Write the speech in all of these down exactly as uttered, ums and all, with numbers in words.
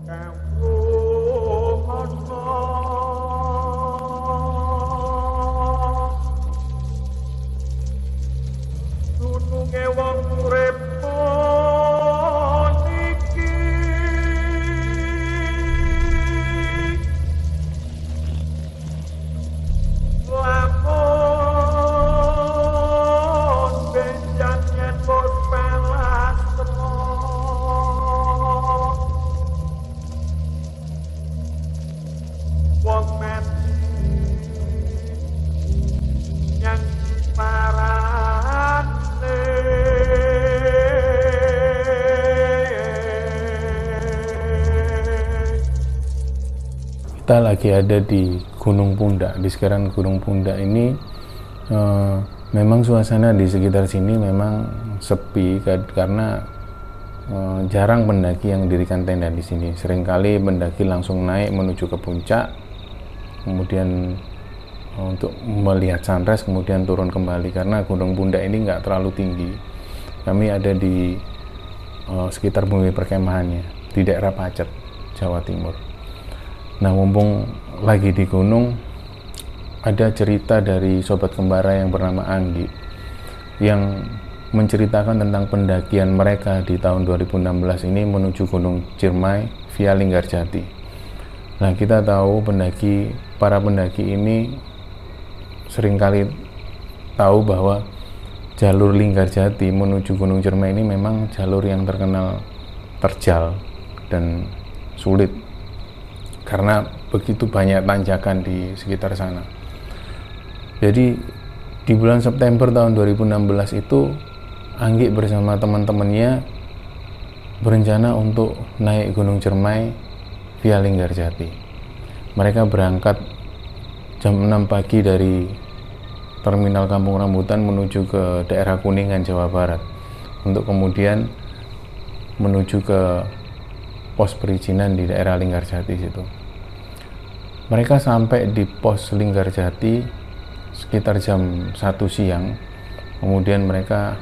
Kita lagi ada di Gunung Pundak, di sekitaran Gunung Pundak ini. eh, memang suasana di sekitar sini memang sepi karena eh, jarang pendaki yang dirikan tenda di sini. Seringkali pendaki langsung naik menuju ke puncak, kemudian eh, untuk melihat sunrise, kemudian turun kembali karena Gunung Pundak ini nggak terlalu tinggi. Kami ada di eh, sekitar bumi perkemahannya di daerah Pacet, Jawa Timur. Nah, mumpung lagi di gunung, ada cerita dari sobat kembara yang bernama Anggi yang menceritakan tentang pendakian mereka di tahun dua ribu enam belas ini menuju Gunung Ciremai via Linggarjati. Nah, kita tahu pendaki, para pendaki ini seringkali tahu bahwa jalur Linggarjati menuju Gunung Ciremai ini memang jalur yang terkenal terjal dan sulit karena begitu banyak tanjakan di sekitar sana. Jadi di bulan September tahun dua ribu enam belas itu Anggi bersama teman-temannya berencana untuk naik Gunung Ciremai via Linggarjati. Mereka berangkat jam enam pagi dari Terminal Kampung Rambutan menuju ke daerah Kuningan, Jawa Barat, untuk kemudian menuju ke pos perizinan di daerah Linggarjati situ. Mereka sampai di pos Linggarjati sekitar jam satu siang. Kemudian mereka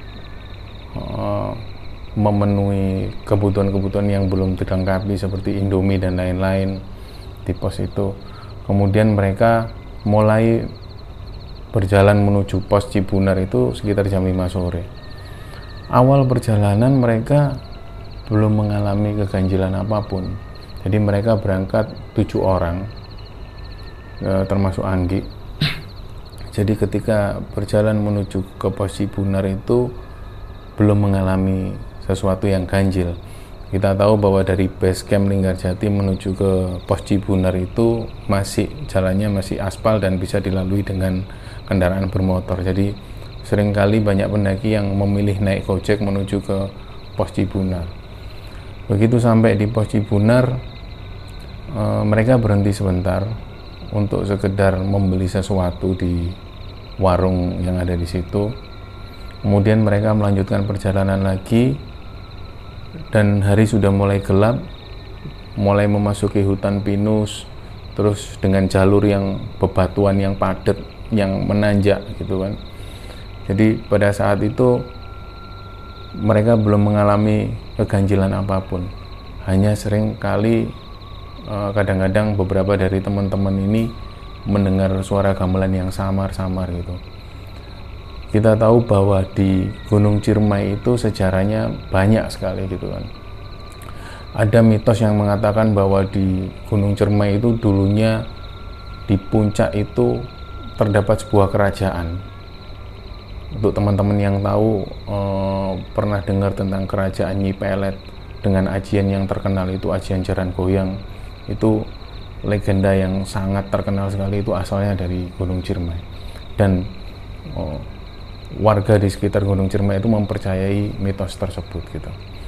uh, memenuhi kebutuhan-kebutuhan yang belum dilengkapi seperti Indomie dan lain-lain di pos itu. Kemudian mereka mulai berjalan menuju pos Cibunar itu sekitar jam lima sore. Awal perjalanan mereka belum mengalami keganjilan apapun. Jadi mereka berangkat tujuh orang, e, termasuk Anggi. Jadi ketika berjalan menuju ke pos Cibunar itu belum mengalami sesuatu yang ganjil. Kita tahu bahwa dari base camp Linggarjati menuju ke pos Cibunar itu masih jalannya masih aspal dan bisa dilalui dengan kendaraan bermotor. Jadi seringkali banyak pendaki yang memilih naik Gojek menuju ke pos Cibunar. Begitu sampai di pos Cibunar, e, mereka berhenti sebentar untuk sekedar membeli sesuatu di warung yang ada di situ. Kemudian mereka melanjutkan perjalanan lagi dan hari sudah mulai gelap, mulai memasuki hutan pinus, terus dengan jalur yang bebatuan yang padat, yang menanjak gitu kan. Jadi pada saat itu mereka belum mengalami keganjilan apapun. Hanya sering kali kadang-kadang beberapa dari teman-teman ini mendengar suara gamelan yang samar-samar gitu. Kita tahu bahwa di Gunung Ciremai itu sejarahnya banyak sekali gitu kan. Ada mitos yang mengatakan bahwa di Gunung Ciremai itu dulunya di puncak itu terdapat sebuah kerajaan. Untuk teman-teman yang tahu eh, pernah dengar tentang kerajaan Nyi Pelet dengan ajian yang terkenal itu ajian Jaran Goyang, itu legenda yang sangat terkenal sekali, itu asalnya dari Gunung Ciremai. Dan oh, warga di sekitar Gunung Ciremai itu mempercayai mitos tersebut gitu.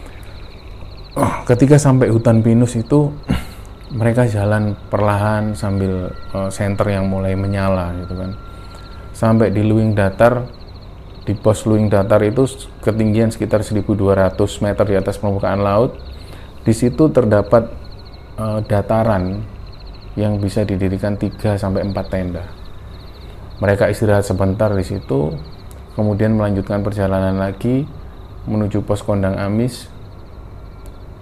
Ketika sampai hutan pinus itu mereka jalan perlahan sambil uh, senter yang mulai menyala gitu kan. Sampai di Luing Datar, di pos Luing Datar itu ketinggian sekitar seribu dua ratus meter di atas permukaan laut. Di situ terdapat uh, dataran yang bisa didirikan tiga sampai empat tenda. Mereka istirahat sebentar di situ, kemudian melanjutkan perjalanan lagi menuju pos Kondang Amis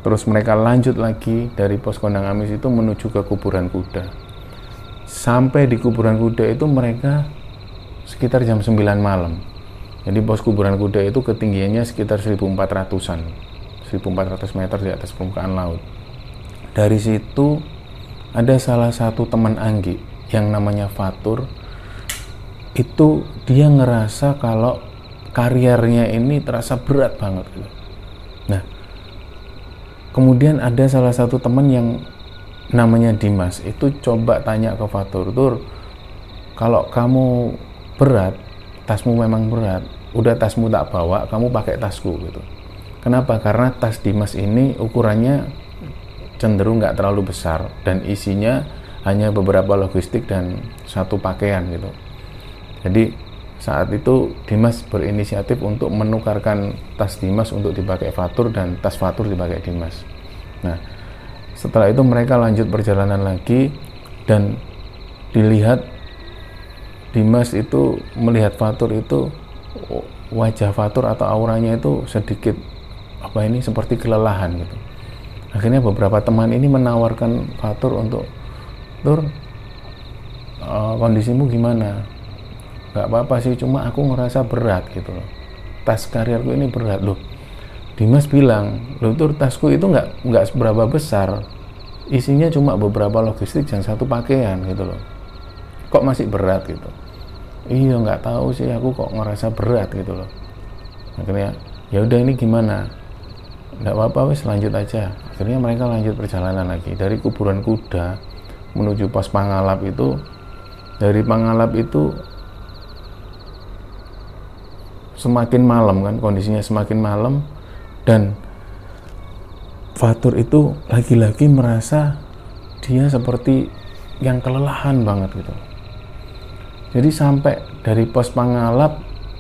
Terus mereka lanjut lagi dari pos Kondang Amis itu menuju ke kuburan kuda. Sampai di kuburan kuda itu mereka sekitar jam sembilan malam. Jadi pos kuburan kuda itu ketinggiannya sekitar seribu empat ratusan, seribu empat ratus meter di atas permukaan laut. Dari situ ada salah satu teman Anggi yang namanya Fatur. Itu dia ngerasa kalau karirnya ini terasa berat banget gitu. Nah, kemudian ada salah satu teman yang namanya Dimas, itu coba tanya ke Fatur, "Tur, kalau kamu berat, tasmu memang berat, udah tasmu tak bawa, kamu pakai tasku," gitu. Kenapa? Karena tas Dimas ini ukurannya cenderung nggak terlalu besar dan isinya hanya beberapa logistik dan satu pakaian gitu. Jadi saat itu Dimas berinisiatif untuk menukarkan tas Dimas untuk dipakai Fatur dan tas Fatur dipakai Dimas. Nah, setelah itu mereka lanjut perjalanan lagi dan dilihat Dimas itu melihat Fatur itu, wajah Fatur atau auranya itu sedikit apa ini seperti kelelahan gitu. Akhirnya beberapa teman ini menawarkan Fatur untuk, "Tur, uh, kondisimu gimana?" "Gak apa-apa sih, cuma aku ngerasa berat gitu loh. Tas karirku ini berat." Loh, Dimas bilang, "Loh Tur, tasku itu nggak nggak seberapa besar, isinya cuma beberapa logistik dan satu pakaian gitu loh. Kok masih berat gitu?" "Iya nggak tahu sih, aku kok ngerasa berat gitu loh." Akhirnya, "Ya udah ini gimana?" "Nggak apa-apa, wis lanjut aja." Akhirnya mereka lanjut perjalanan lagi dari kuburan kuda menuju pos Pangalap itu. Dari Pangalap itu semakin malam kan, kondisinya semakin malam, dan Fatur itu lagi-lagi merasa dia seperti yang kelelahan banget gitu. Jadi sampai dari pos Pangalap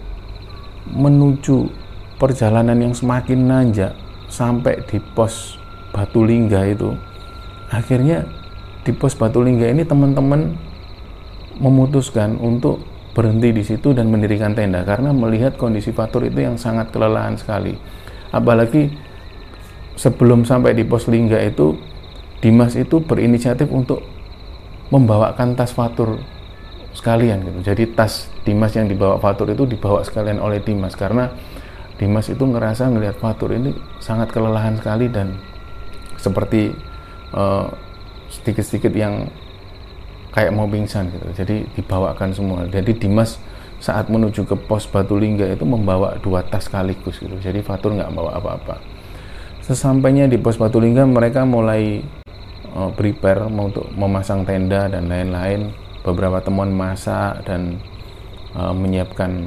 menuju perjalanan yang semakin nanjak sampai di pos Batulingga itu, akhirnya di pos Batulingga ini teman-teman memutuskan untuk berhenti di situ dan mendirikan tenda karena melihat kondisi Fatur itu yang sangat kelelahan sekali. Apalagi sebelum sampai di pos Lingga itu, Dimas itu berinisiatif untuk membawakan tas Fatur sekalian gitu. Jadi tas Dimas yang dibawa Fatur itu dibawa sekalian oleh Dimas karena Dimas itu ngerasa ngelihat Fatur ini sangat kelelahan sekali dan seperti uh, sedikit-sedikit yang kayak mau pingsan gitu. Jadi dibawakan semua. Jadi Dimas saat menuju ke pos Batulingga itu membawa dua tas sekaligus gitu. Jadi Fatur nggak bawa apa-apa. Sesampainya di pos Batulingga, mereka mulai uh, prepare untuk memasang tenda dan lain-lain. Beberapa teman masak dan uh, menyiapkan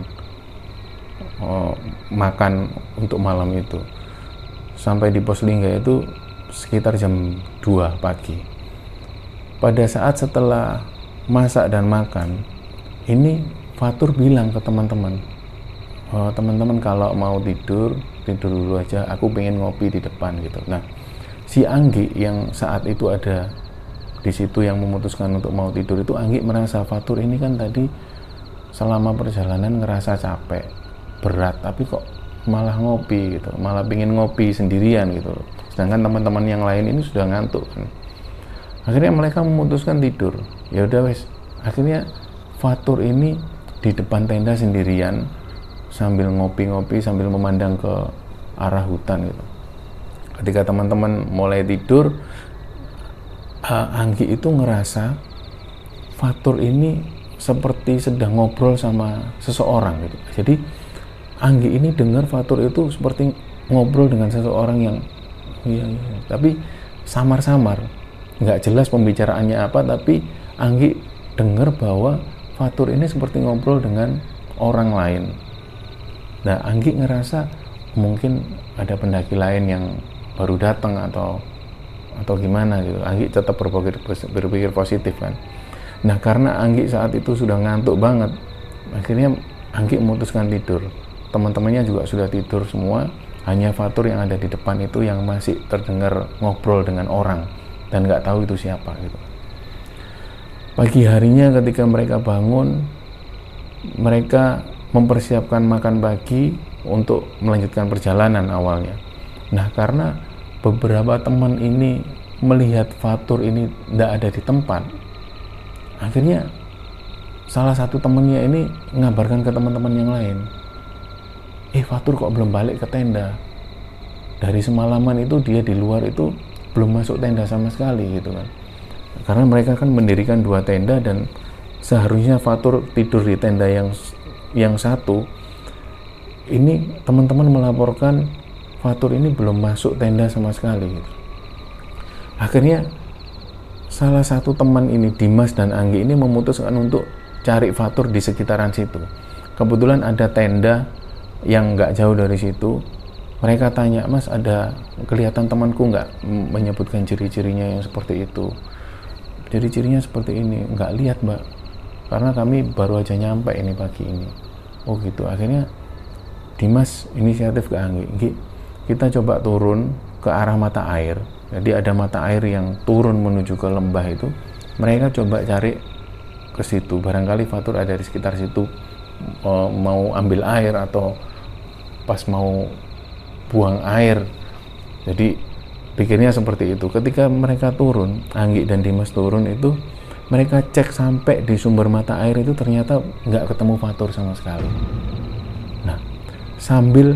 uh, makan untuk malam itu. Sampai di pos Lingga itu sekitar jam dua pagi. Pada saat setelah masak dan makan, ini Fatur bilang ke teman-teman, "Oh, teman-teman kalau mau tidur, tidur dulu aja, aku pengen ngopi di depan," gitu. Nah, si Anggi yang saat itu ada di situ yang memutuskan untuk mau tidur itu, Anggi merasa Fatur ini kan tadi selama perjalanan ngerasa capek, berat, tapi kok malah ngopi gitu, malah pengen ngopi sendirian gitu. Sedangkan teman-teman yang lain ini sudah ngantuk kan. Akhirnya mereka memutuskan tidur. Ya udah wes. Akhirnya Fatur ini di depan tenda sendirian sambil ngopi-ngopi, sambil memandang ke arah hutan gitu. Ketika teman-teman mulai tidur, Anggi itu ngerasa Fatur ini seperti sedang ngobrol sama seseorang gitu. Jadi Anggi ini dengar Fatur itu seperti ngobrol dengan seseorang yang iya, iya, tapi samar-samar, nggak jelas pembicaraannya apa, tapi Anggi dengar bahwa Fatur ini seperti ngobrol dengan orang lain. Nah, Anggi ngerasa mungkin ada pendaki lain yang baru datang atau atau gimana gitu. Anggi tetap berpikir, berpikir positif kan. Nah, karena Anggi saat itu sudah ngantuk banget, akhirnya Anggi memutuskan tidur. Teman-temannya juga sudah tidur semua, hanya Fatur yang ada di depan itu yang masih terdengar ngobrol dengan orang dan nggak tahu itu siapa gitu. Pagi harinya ketika mereka bangun, mereka mempersiapkan makan pagi untuk melanjutkan perjalanan awalnya. Nah, karena beberapa teman ini melihat Fatur ini tidak ada di tempat, akhirnya salah satu temannya ini ngabarkan ke teman-teman yang lain, eh Fatur kok belum balik ke tenda, dari semalaman itu dia di luar itu belum masuk tenda sama sekali gitu kan. Karena mereka kan mendirikan dua tenda dan seharusnya Fatur tidur di tenda yang yang satu. Ini teman-teman melaporkan Fatur ini belum masuk tenda sama sekali gitu. Akhirnya salah satu teman ini, Dimas dan Anggi ini memutuskan untuk cari Fatur di sekitaran situ. Kebetulan ada tenda yang nggak jauh dari situ. Mereka tanya, Mas ada kelihatan temanku nggak, menyebutkan ciri-cirinya yang seperti itu. Ciri-cirinya seperti ini. Nggak lihat Mbak, karena kami baru aja nyampe ini pagi ini. Oh gitu. Akhirnya Dimas inisiatif ke Anggi, Anggi kita coba turun ke arah mata air. Jadi ada mata air yang turun menuju ke lembah itu. Mereka coba cari ke situ. Barangkali Fatur ada di sekitar situ, mau ambil air atau pas mau buang air. Jadi pikirnya seperti itu. Ketika mereka turun, Anggi dan Dimas turun itu, mereka cek sampai di sumber mata air itu ternyata nggak ketemu Fatur sama sekali. Nah, sambil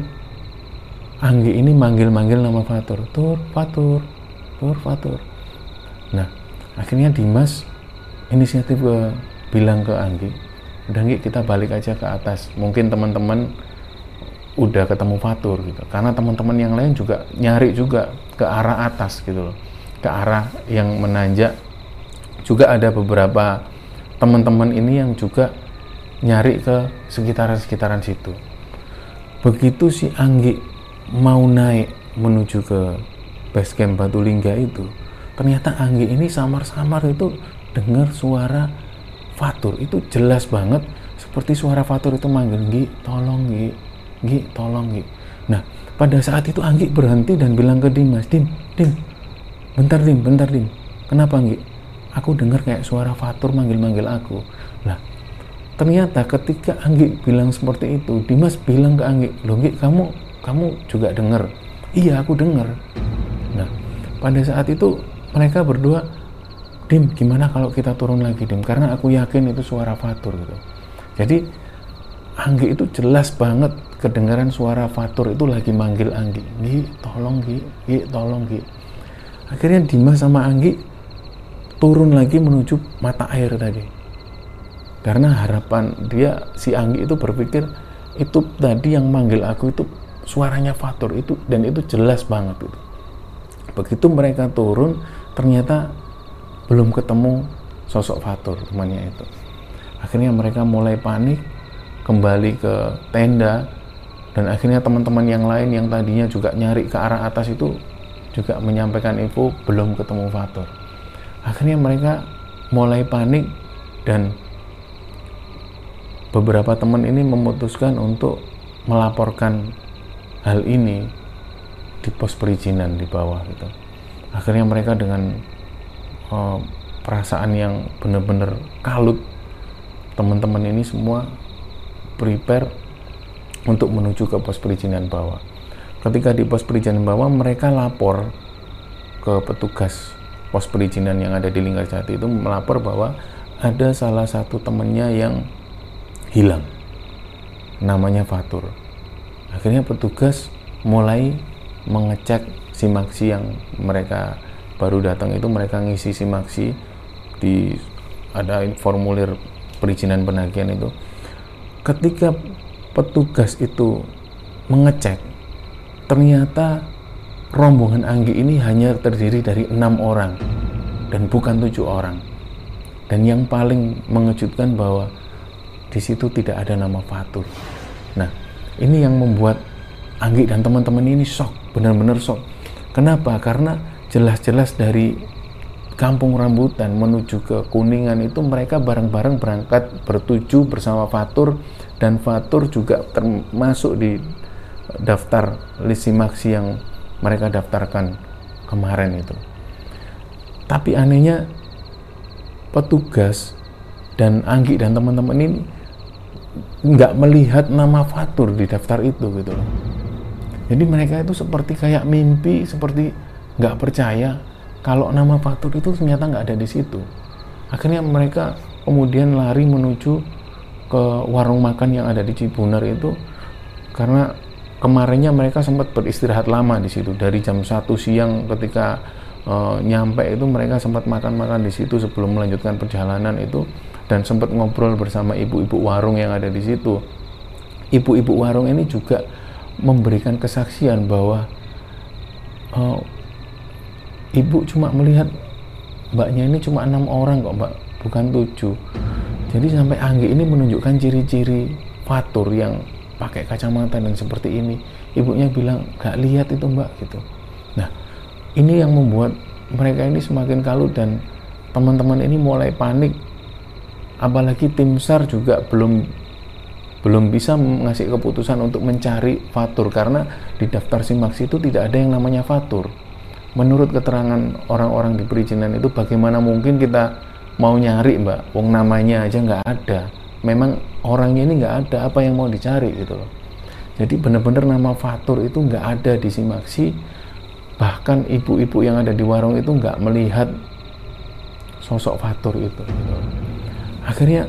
Anggi ini manggil-manggil nama Fatur, Tur, Fatur, Tur, Fatur. Nah, akhirnya Dimas inisiatif ke, bilang ke Anggi, udah Anggi kita balik aja ke atas. Mungkin teman-teman udah ketemu Fatur gitu. Karena teman-teman yang lain juga nyari juga ke arah atas gitu loh, ke arah yang menanjak. Juga ada beberapa teman-teman ini yang juga nyari ke sekitaran-sekitaran situ. Begitu si Anggi mau naik menuju ke base camp Batu Lingga itu, ternyata Anggi ini samar-samar itu dengar suara Fatur. Itu jelas banget seperti suara Fatur itu manggil, Nggi, tolong Nggi, Nggi, tolong Nggi. Nah, pada saat itu Anggi berhenti dan bilang ke Dimas, Dim, Dim, bentar Dim, bentar Dim. Kenapa Nggi? Aku dengar kayak suara Fatur manggil-manggil aku. Lah, ternyata ketika Anggi bilang seperti itu, Dimas bilang ke Anggi, loh Nggi, kamu kamu juga dengar? Iya, aku dengar. Nah, pada saat itu mereka berdua, Dim, gimana kalau kita turun lagi Dim? Karena aku yakin itu suara Fatur gitu. Jadi Anggi itu jelas banget kedengaran suara Fatur itu lagi manggil Anggi, Nggi, tolong Nggi, Nggi, tolong Nggi. Akhirnya Dimas sama Anggi turun lagi menuju mata air tadi. Karena harapan dia, si Anggi itu berpikir itu tadi yang manggil aku itu suaranya Fatur itu, dan itu jelas banget itu. Begitu mereka turun, ternyata belum ketemu sosok Fatur temannya itu. Akhirnya mereka mulai panik, kembali ke tenda, dan akhirnya teman-teman yang lain yang tadinya juga nyari ke arah atas itu juga menyampaikan info belum ketemu Fatur. Akhirnya mereka mulai panik dan beberapa teman ini memutuskan untuk melaporkan hal ini di pos perizinan di bawah gitu. Akhirnya mereka dengan uh, perasaan yang benar-benar kalut, teman-teman ini semua prepare untuk menuju ke pos perizinan bawah. Ketika di pos perizinan bawah, mereka lapor ke petugas pos perizinan yang ada di Linggarjati itu, melapor bahwa ada salah satu temannya yang hilang, namanya Fatur. Akhirnya petugas mulai mengecek simaksi yang mereka baru datang itu, mereka ngisi simaksi di ada formulir perizinan penagihan itu. Ketika petugas itu mengecek, ternyata rombongan Anggi ini hanya terdiri dari enam orang dan bukan tujuh orang. Dan yang paling mengejutkan bahwa di situ tidak ada nama Fatur. Nah, ini yang membuat Anggi dan teman-teman ini shock, benar-benar shock. Kenapa? Karena jelas-jelas dari Kampung Rambutan menuju ke Kuningan itu mereka bareng-bareng berangkat bertuju bersama Fatur, dan Fatur juga termasuk di daftar list simaksi yang mereka daftarkan kemarin itu. Tapi anehnya petugas dan Anggi dan teman-teman ini nggak melihat nama Fatur di daftar itu gitu loh. Jadi mereka itu seperti kayak mimpi, seperti nggak percaya kalau nama Fatur itu ternyata nggak ada di situ. Akhirnya mereka kemudian lari menuju ke warung makan yang ada di Cibunar itu, karena kemarinnya mereka sempat beristirahat lama di situ dari jam satu siang ketika e, nyampe itu mereka sempat makan-makan di situ sebelum melanjutkan perjalanan itu, dan sempat ngobrol bersama ibu-ibu warung yang ada di situ. Ibu-ibu warung ini juga memberikan kesaksian bahwa e, ibu cuma melihat mbaknya ini cuma enam orang kok mbak, bukan tujuh. Jadi sampai Anggi ini menunjukkan ciri-ciri Fatur yang pakai kacamata dan seperti ini. Ibunya bilang gak lihat itu mbak gitu. Nah ini yang membuat mereka ini semakin kalut dan teman-teman ini mulai panik. Apalagi tim SAR juga belum belum bisa mengasih keputusan untuk mencari Fatur, karena di daftar SIMAKSI itu tidak ada yang namanya Fatur. Menurut keterangan orang-orang di perizinan itu, bagaimana mungkin kita mau nyari mbak, wong namanya aja nggak ada, memang orangnya ini nggak ada, apa yang mau dicari gitu loh. Jadi benar-benar nama Fatur itu nggak ada di SIMAKSI, bahkan ibu-ibu yang ada di warung itu nggak melihat sosok Fatur itu gitu. Akhirnya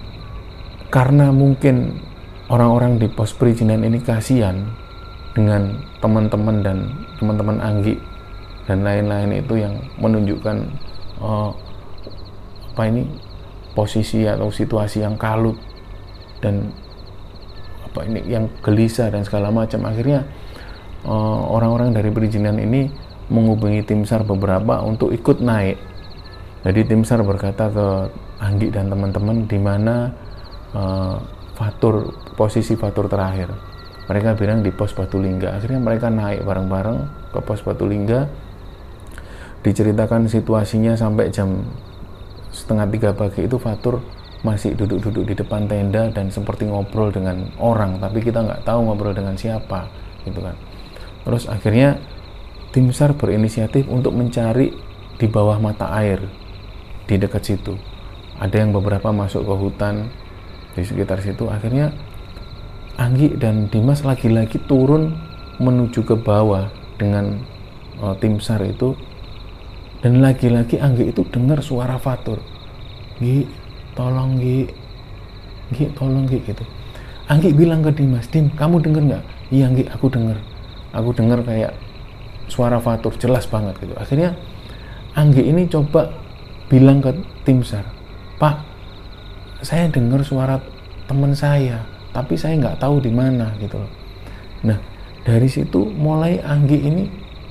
karena mungkin orang-orang di pos perizinan ini kasihan dengan teman-teman dan teman-teman Anggi dan lain-lain itu yang menunjukkan uh, apa ini posisi atau situasi yang kalut dan apa ini yang gelisah dan segala macam. Akhirnya uh, orang-orang dari perizinan ini menghubungi tim SAR beberapa untuk ikut naik. Jadi tim SAR berkata ke Anggi dan teman-teman di mana uh, Fatur, posisi Fatur terakhir. Mereka bilang di pos Batulingga. Akhirnya mereka naik bareng-bareng ke pos Batulingga. Diceritakan situasinya sampai jam setengah tiga pagi itu Fatur masih duduk-duduk di depan tenda dan seperti ngobrol dengan orang, tapi kita nggak tahu ngobrol dengan siapa gitu kan. Terus akhirnya tim SAR berinisiatif untuk mencari di bawah mata air di dekat situ. Ada yang beberapa masuk ke hutan di sekitar situ. Akhirnya Anggi dan Dimas lagi-lagi turun menuju ke bawah dengan uh, tim SAR itu. Dan lagi-lagi Anggi itu dengar suara Fatur. Gi, tolong Gi. Gi, tolong Gi gitu. Anggi bilang ke Dimas, Dim, kamu denger nggak? Iya Anggi, aku denger. Aku denger kayak suara Fatur, jelas banget gitu. Akhirnya Anggi ini coba bilang ke tim SAR, Pak, saya dengar suara teman saya, tapi saya nggak tahu di mana gitu loh. Nah, dari situ mulai Anggi ini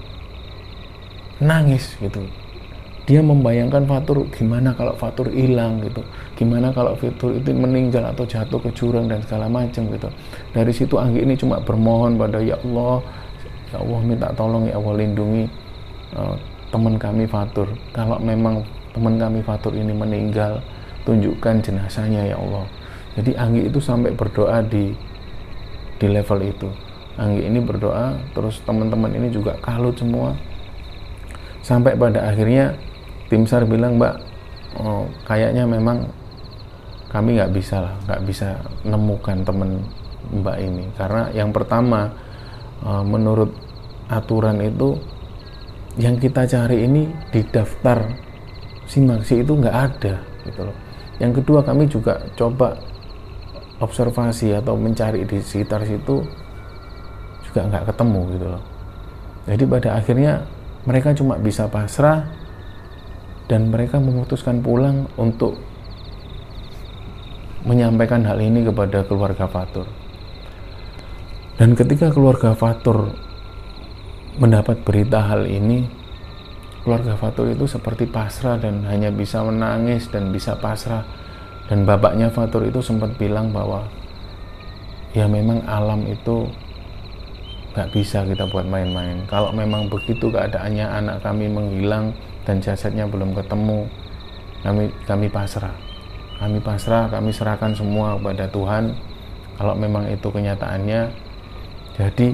nangis gitu. Dia membayangkan Fatur, gimana kalau Fatur hilang gitu, gimana kalau Fatur itu meninggal atau jatuh ke jurang dan segala macam gitu. Dari situ Anggi ini cuma bermohon pada ya Allah, ya Allah minta tolong ya Allah, lindungi uh, teman kami Fatur. Kalau memang teman kami Fatur ini meninggal, tunjukkan jenazahnya ya Allah. Jadi Anggi itu sampai berdoa di di level itu. Anggi ini berdoa, terus teman-teman ini juga kalut semua. Sampai pada akhirnya tim SAR bilang, Mbak, oh, kayaknya memang kami nggak bisa lah, nggak bisa nemukan teman Mbak ini. Karena yang pertama, menurut aturan itu, yang kita cari ini di daftar SIMAKSI itu nggak ada gitu loh. Yang kedua, kami juga coba observasi atau mencari di sekitar situ juga nggak ketemu gitu loh. Jadi pada akhirnya mereka cuma bisa pasrah dan mereka memutuskan pulang untuk menyampaikan hal ini kepada keluarga Fatur. Dan ketika keluarga Fatur mendapat berita hal ini, keluarga Fatur itu seperti pasrah dan hanya bisa menangis dan bisa pasrah. Dan bapaknya Fatur itu sempat bilang bahwa ya memang alam itu gak bisa kita buat main-main. Kalau memang begitu keadaannya anak kami menghilang dan jasadnya belum ketemu, kami kami pasrah. Kami pasrah, kami serahkan semua kepada Tuhan. Kalau memang itu kenyataannya. Jadi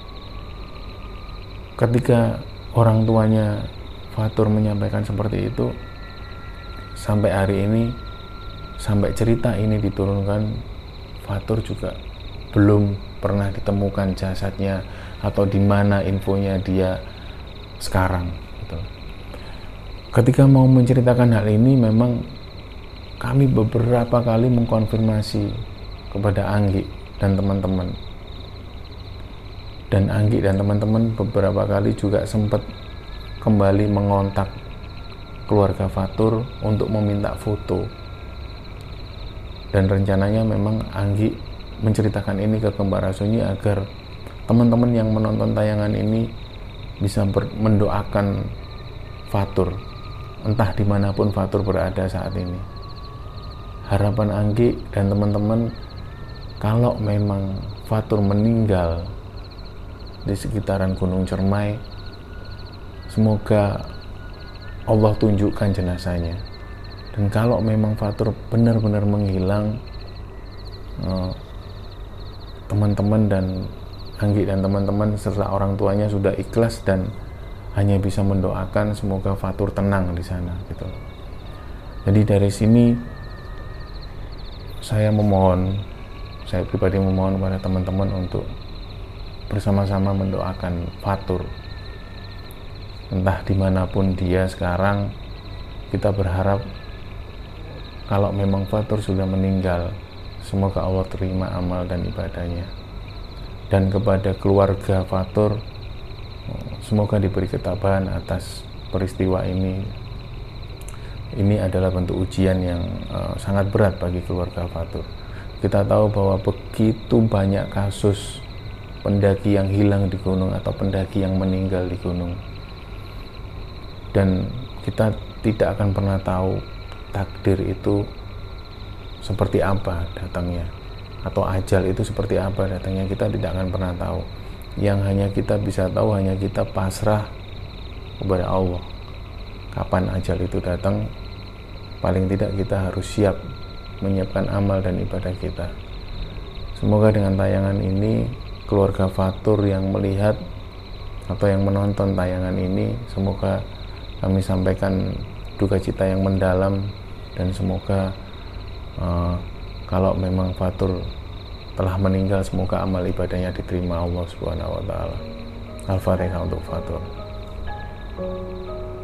ketika orang tuanya Fatur menyampaikan seperti itu, sampai hari ini, sampai cerita ini diturunkan, Fatur juga belum pernah ditemukan jasadnya atau di mana infonya dia sekarang gitu. Ketika mau menceritakan hal ini, memang kami beberapa kali mengkonfirmasi kepada Anggi dan teman-teman, dan Anggi dan teman-teman beberapa kali juga sempat kembali mengontak keluarga Fatur untuk meminta foto. Dan rencananya memang Anggi menceritakan ini ke Kembar Sunyi agar teman-teman yang menonton tayangan ini bisa mendoakan Fatur, entah dimanapun Fatur berada saat ini. Harapan Anggi dan teman-teman, kalau memang Fatur meninggal di sekitaran Gunung Cermai, semoga Allah tunjukkan jenazahnya. Dan kalau memang Fatur benar-benar menghilang, teman-teman dan Anggi dan teman-teman serta orang tuanya sudah ikhlas dan hanya bisa mendoakan semoga Fatur tenang di sana gitu. Jadi dari sini saya memohon, saya pribadi memohon kepada teman-teman untuk bersama-sama mendoakan Fatur. Entah dimanapun dia sekarang, kita berharap kalau memang Fatur sudah meninggal, semoga Allah terima amal dan ibadahnya. Dan kepada keluarga Fatur, semoga diberi ketabahan atas peristiwa ini. Ini adalah bentuk ujian yang uh, sangat berat bagi keluarga Fatur. Kita tahu bahwa begitu banyak kasus pendaki yang hilang di gunung atau pendaki yang meninggal di gunung. Dan kita tidak akan pernah tahu takdir itu seperti apa datangnya, atau ajal itu seperti apa datangnya, kita tidak akan pernah tahu. Yang hanya kita bisa tahu, hanya kita pasrah kepada Allah. Kapan ajal itu datang, paling tidak kita harus siap menyiapkan amal dan ibadah kita. Semoga dengan tayangan ini, keluarga Fatur yang melihat atau yang menonton tayangan ini, semoga kami sampaikan duka cita yang mendalam, dan semoga uh, kalau memang Fatur telah meninggal, semoga amal ibadahnya diterima Allah Subhanahu wa taala. Al-Fatihah untuk Fatur.